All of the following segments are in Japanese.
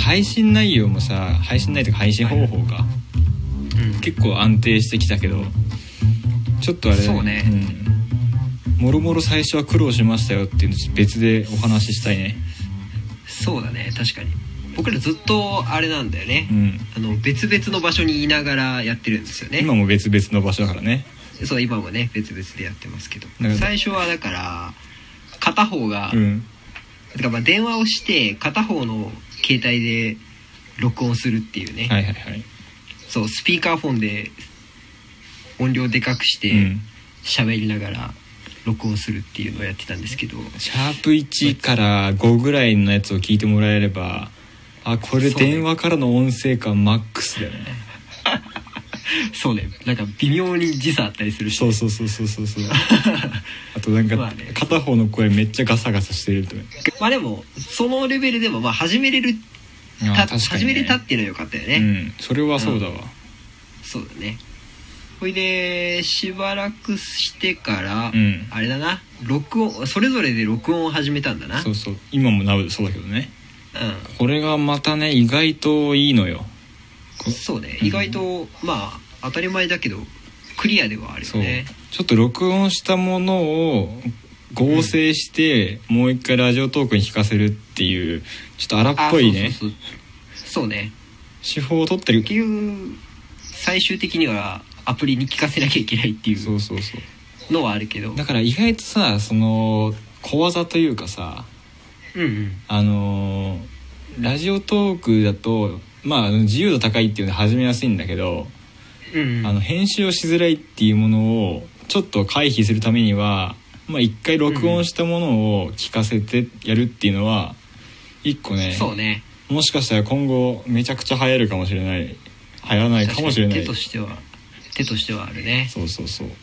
配信内容もさ、配信内容とか配信方法が、結構安定してきたけど、ちょっとあれだね。 そうね。 もろもろ最初は苦労しましたよっていうの別でお話ししたいね。 そうだね、確かに。僕らずっとあれなんだよね、別々の場所にいながらやってるんですよね。 今も別々の場所だからね。 そう、今もね別々でやってますけど、最初はだから片方が、だからまあ電話をして片方の携帯で録音するっていうね、 はいはいはい。 そう、スピーカーフォンで音量でかくして喋りながら録音するっていうのをやってたんですけど、 シャープ1から5ぐらいのやつを聞いてもらえれば、あ、これ電話からの音声感マックスだよね。 そうね、なんか微妙に時差あったりするし、 そうあとなんか片方の声めっちゃガサガサしてると。 まあでもそのレベルでもまあ始めれる、始めれたっていうのは良かったよね。 それはそうだわ。 そうだね。ほいでしばらくしてから、あれだな、録音、それぞれで録音を始めたんだな。 そうそう、今もなおそうだけどね。これがまたね意外といいのよ。 そうね、意外とまあ当たり前だけどクリアではあるよね。 ちょっと録音したものを合成して、もう一回ラジオトークに聞かせるっていうちょっと荒っぽいね。 そうね、 手法を取ってる。 結局最終的にはアプリに聞かせなきゃいけないっていうのはあるけど、 だから意外とさ、その小技というかさ、ラジオトークだとまあ自由度高いっていうので始めやすいんだけど、編集をしづらいっていうものをちょっと回避するためには、まあ一回録音したものを聞かせてやるっていうのは一個ね、 そうね、 もしかしたら今後めちゃくちゃ流行るかもしれない、流行らないかもしれない。手としてはあるね。そうね。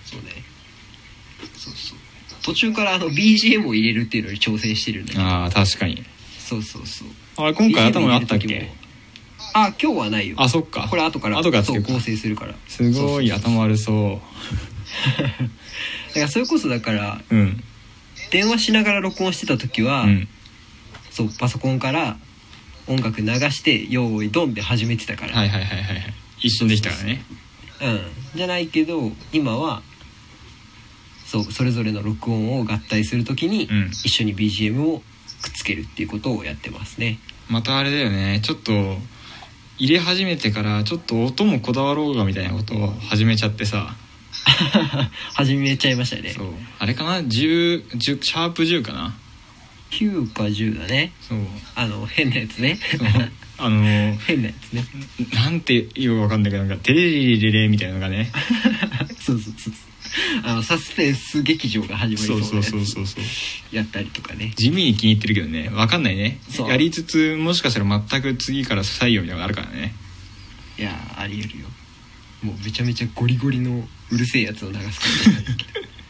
途中からBGM を入れるっていうのに挑戦してるんだけど。 ああ確かに。 そうあれ今回頭あったっけ？ あ、今日はないよ。 あ、そっか。 これ後からそう合成するから。 すごい頭悪そう。 だからそれこそだから、電話しながら録音してた時は、そうパソコンから音楽流して用意ドンで始めてたから。 一緒にできたからね。 じゃないけど今はそれぞれの録音を合体するときに一緒に BGM をくっつけるっていうことをやってますね。 またあれだよね、ちょっと入れ始めてからちょっと音もこだわろうがみたいなことを始めちゃってさ始めちゃいましたね。 そうあれかな、10シャープ10かな、 9か10だね。そう変なやつね。変なやつね。 なんて言うか分かんないけど、なんかテレレレレみたいなのがねそうサスペンス劇場が始まりそうなやつやったりとかね。 地味に気に入ってるけどね、分かんないね。やりつつもしかしたら全く次から採用みたいなのがあるからね。 いやありえるよ。もうめちゃめちゃゴリゴリのうるせえやつを流すかもしれないけ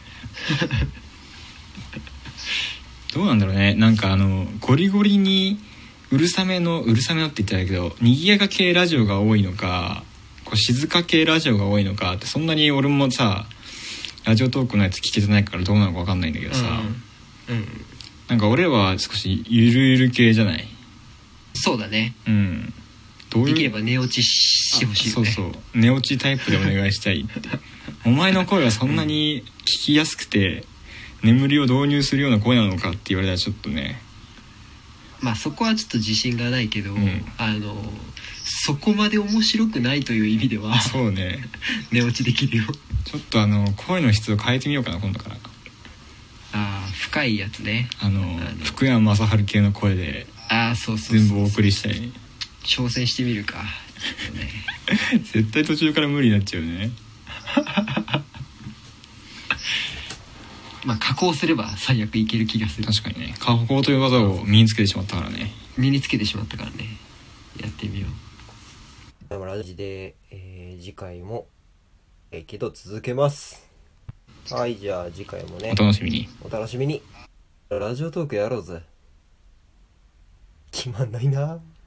どどうなんだろうね。なんかゴリゴリにうるさめのって言ったらいいけど、賑やか系ラジオが多いのか、こう静か系ラジオが多いのかって、そんなに俺もさラジオトークのやつ聞けてないからどうなのか分かんないんだけどさ、なんか俺は少しゆるゆる系じゃない？ そうだね。 どういうできれば寝落ちしてほしいよね。 そう寝落ちタイプでお願いしたいってお前の声はそんなに聞きやすくて眠りを導入するような声なのかって言われたらちょっとね、 まあそこはちょっと自信がないけど、そこまで面白くないという意味ではそうね寝落ちできるよ。 ちょっと声の質を変えてみようかな今度から。 深いやつね。 福山雅治系の声で全部お送りしたい。 挑戦してみるか、 絶対途中から無理になっちゃうねまあ加工すれば最悪いける気がする。 確かにね、加工という技を身につけてしまったからね。 身につけてしまったからね。やってみよう。 ラジで、次回もけど続けます。はい、じゃあ次回もねお楽しみに。 ラジオトークやろうぜ。決まんないな。